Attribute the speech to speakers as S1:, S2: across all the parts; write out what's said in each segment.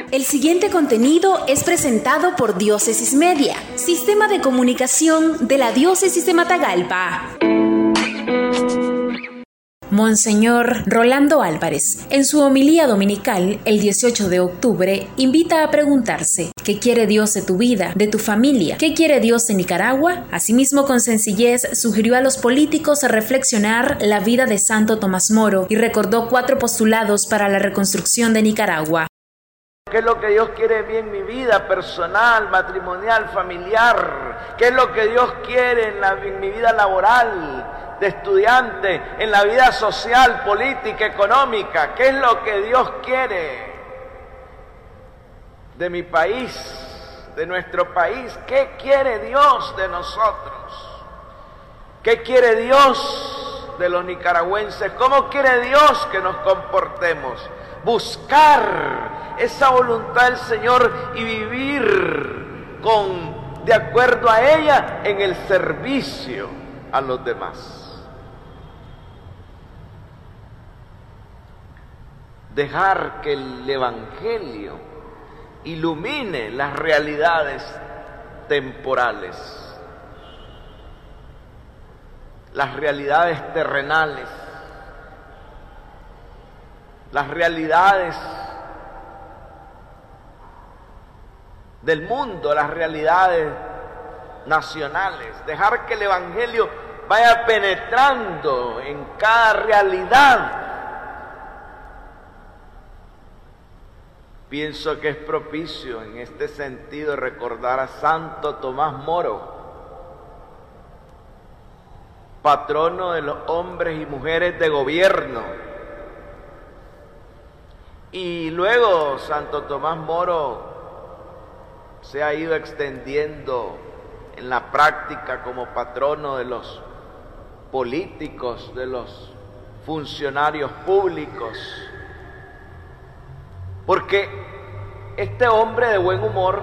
S1: El siguiente contenido es presentado por Diócesis Media, Sistema de Comunicación de la Diócesis de Matagalpa. Monseñor Rolando Álvarez, en su homilía dominical el 18 de octubre, invita a preguntarse: ¿qué quiere Dios de tu vida, de tu familia? ¿Qué quiere Dios de Nicaragua? Asimismo, con sencillez, sugirió a los políticos a reflexionar la vida de Santo Tomás Moro y recordó 4 postulados para la reconstrucción de Nicaragua.
S2: ¿Qué es lo que Dios quiere de mí en mi vida personal, matrimonial, familiar? ¿Qué es lo que Dios quiere en mi vida laboral, de estudiante, en la vida social, política, económica? ¿Qué es lo que Dios quiere de mi país, de nuestro país? ¿Qué quiere Dios de nosotros? ¿Qué quiere Dios de los nicaragüenses? ¿Cómo quiere Dios que nos comportemos? Buscar esa voluntad del Señor y vivir de acuerdo a ella en el servicio a los demás. Dejar que el Evangelio ilumine las realidades temporales, las realidades terrenales, las realidades del mundo, las realidades nacionales. Dejar que el Evangelio vaya penetrando en cada realidad. Pienso que es propicio en este sentido recordar a Santo Tomás Moro, patrono de los hombres y mujeres de gobierno. Y luego Santo Tomás Moro se ha ido extendiendo en la práctica como patrono de los políticos, de los funcionarios públicos. Porque este hombre de buen humor,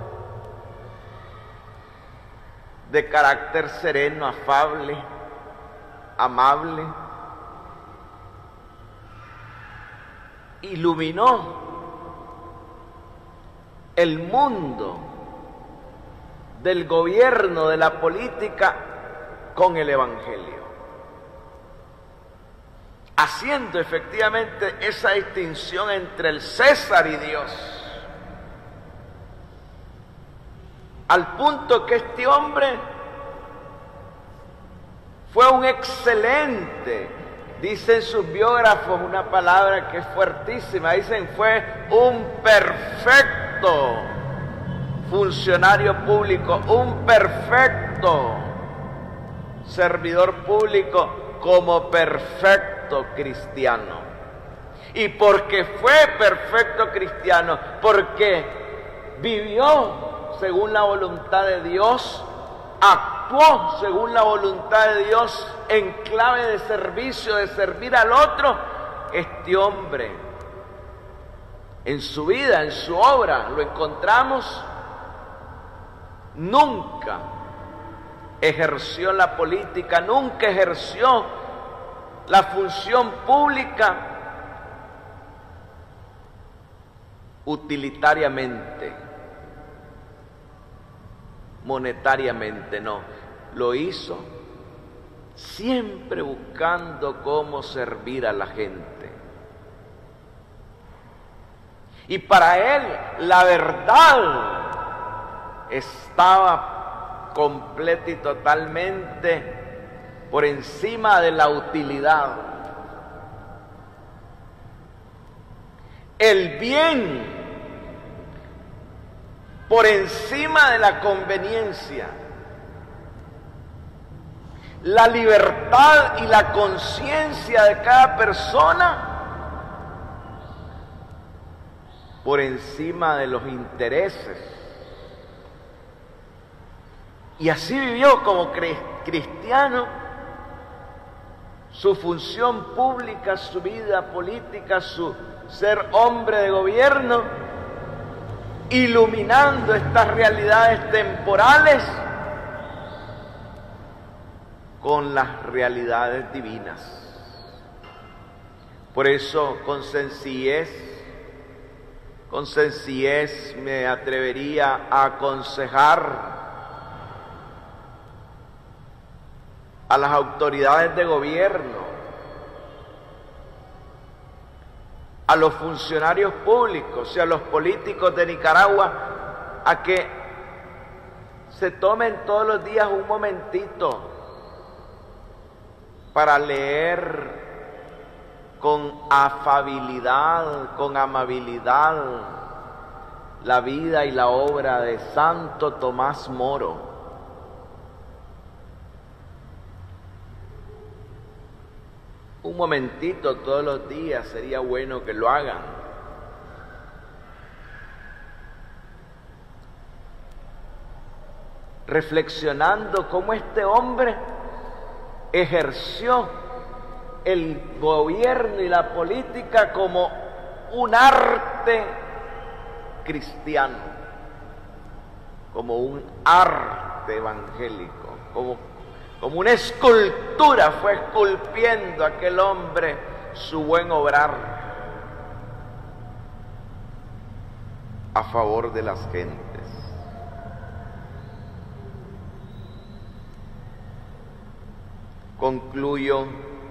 S2: de carácter sereno, afable, amable, iluminó el mundo del gobierno, de la política, con el Evangelio, haciendo efectivamente esa distinción entre el César y Dios, al punto que este hombre fue un excelente, dicen sus biógrafos una palabra que es fuertísima, dicen fue un perfecto funcionario público, un perfecto servidor público, como perfecto cristiano. Y porque fue perfecto cristiano, porque vivió según la voluntad de Dios, actuó según la voluntad de Dios en clave de servicio, de servir al otro, este hombre en su vida, en su obra, lo encontramos, nunca ejerció la política, nunca ejerció la función pública utilitariamente, monetariamente, no. Lo hizo siempre buscando cómo servir a la gente. Y para él la verdad estaba completa y totalmente por encima de la utilidad. El bien por encima de la conveniencia. La libertad y la conciencia de cada persona por encima de los intereses. Y así vivió como cristiano su función pública, su vida política, su ser hombre de gobierno, iluminando estas realidades temporales con las realidades divinas. Por eso, con sencillez, Con sencillez me atrevería a aconsejar a las autoridades de gobierno, a los funcionarios públicos y a los políticos de Nicaragua a que se tomen todos los días un momentito para leer con afabilidad, con amabilidad, la vida y la obra de Santo Tomás Moro. Un momentito todos los días sería bueno que lo hagan. Reflexionando cómo este hombre ejerció el gobierno y la política como un arte cristiano, como un arte evangélico, como una escultura fue esculpiendo aquel hombre su buen obrar a favor de las gentes. Concluyo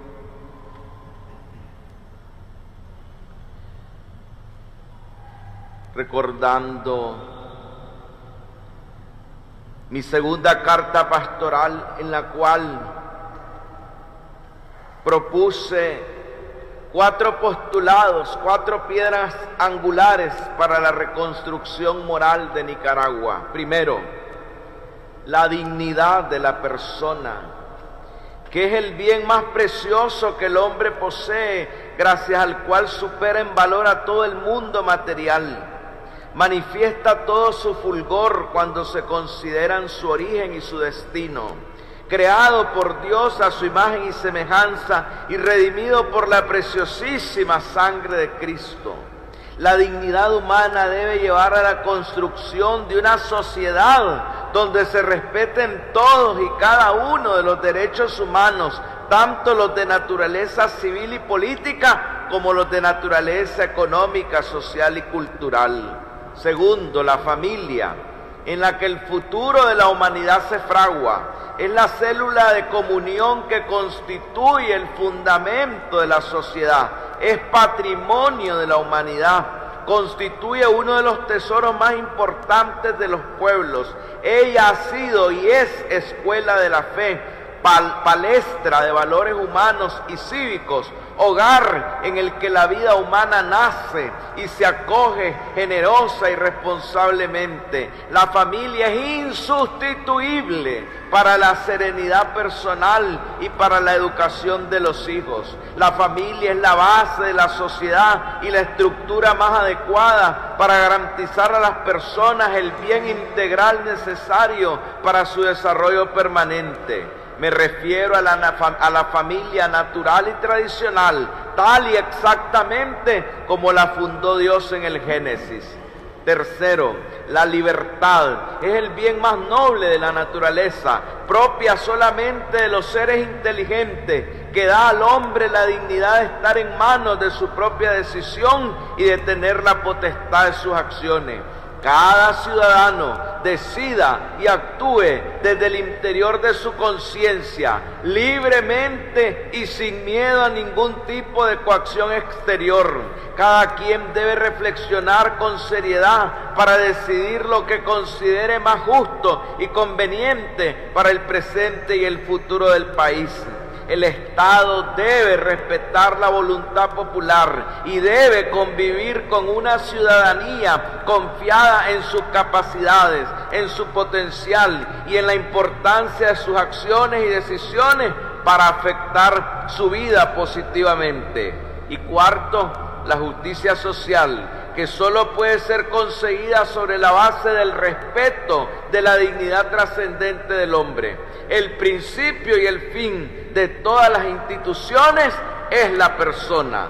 S2: recordando mi segunda carta pastoral, en la cual propuse 4 postulados, 4 piedras angulares para la reconstrucción moral de Nicaragua. Primero, la dignidad de la persona, que es el bien más precioso que el hombre posee, gracias al cual supera en valor a todo el mundo material. Manifiesta todo su fulgor cuando se consideran su origen y su destino. Creado por Dios a su imagen y semejanza y redimido por la preciosísima sangre de Cristo. La dignidad humana debe llevar a la construcción de una sociedad donde se respeten todos y cada uno de los derechos humanos, tanto los de naturaleza civil y política como los de naturaleza económica, social y cultural. Segundo, la familia, en la que el futuro de la humanidad se fragua. Es la célula de comunión que constituye el fundamento de la sociedad. Es patrimonio de la humanidad. Constituye uno de los tesoros más importantes de los pueblos. Ella ha sido y es escuela de la fe, palestra de valores humanos y cívicos, hogar en el que la vida humana nace y se acoge generosa y responsablemente. La familia es insustituible para la serenidad personal y para la educación de los hijos. La familia es la base de la sociedad y la estructura más adecuada para garantizar a las personas el bien integral necesario para su desarrollo permanente. Me refiero a la familia natural y tradicional, tal y exactamente como la fundó Dios en el Génesis. Tercero, la libertad es el bien más noble de la naturaleza, propia solamente de los seres inteligentes, que da al hombre la dignidad de estar en manos de su propia decisión y de tener la potestad de sus acciones. Cada ciudadano decida y actúe desde el interior de su conciencia, libremente y sin miedo a ningún tipo de coacción exterior. Cada quien debe reflexionar con seriedad para decidir lo que considere más justo y conveniente para el presente y el futuro del país. El Estado debe respetar la voluntad popular y debe convivir con una ciudadanía confiada en sus capacidades, en su potencial y en la importancia de sus acciones y decisiones para afectar su vida positivamente. Y cuarto, la justicia social, que solo puede ser conseguida sobre la base del respeto de la dignidad trascendente del hombre. El principio y el fin de todas las instituciones es la persona.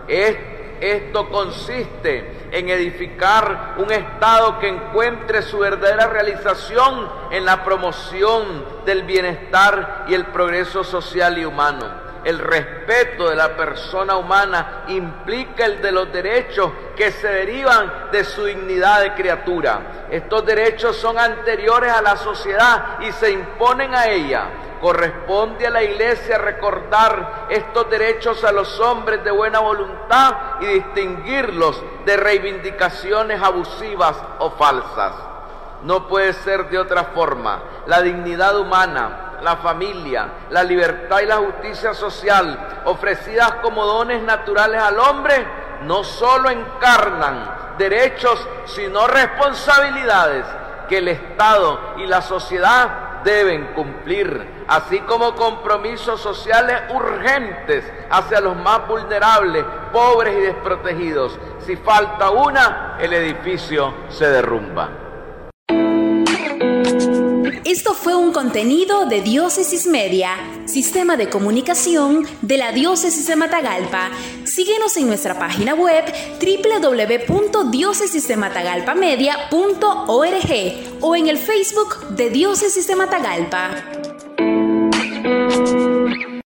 S2: Esto consiste en edificar un Estado que encuentre su verdadera realización en la promoción del bienestar y el progreso social y humano. El respeto de la persona humana implica el de los derechos que se derivan de su dignidad de criatura. Estos derechos son anteriores a la sociedad y se imponen a ella. Corresponde a la Iglesia recordar estos derechos a los hombres de buena voluntad y distinguirlos de reivindicaciones abusivas o falsas. No puede ser de otra forma. La dignidad humana, la familia, la libertad y la justicia social, ofrecidas como dones naturales al hombre, no solo encarnan derechos, sino responsabilidades que el Estado y la sociedad deben cumplir, así como compromisos sociales urgentes hacia los más vulnerables, pobres y desprotegidos. Si falta una, el edificio se derrumba.
S1: Esto fue un contenido de Diócesis Media, sistema de comunicación de la Diócesis de Matagalpa. Síguenos en nuestra página web www.diocesisdematagalpamedia.org o en el Facebook de Diócesis de Matagalpa.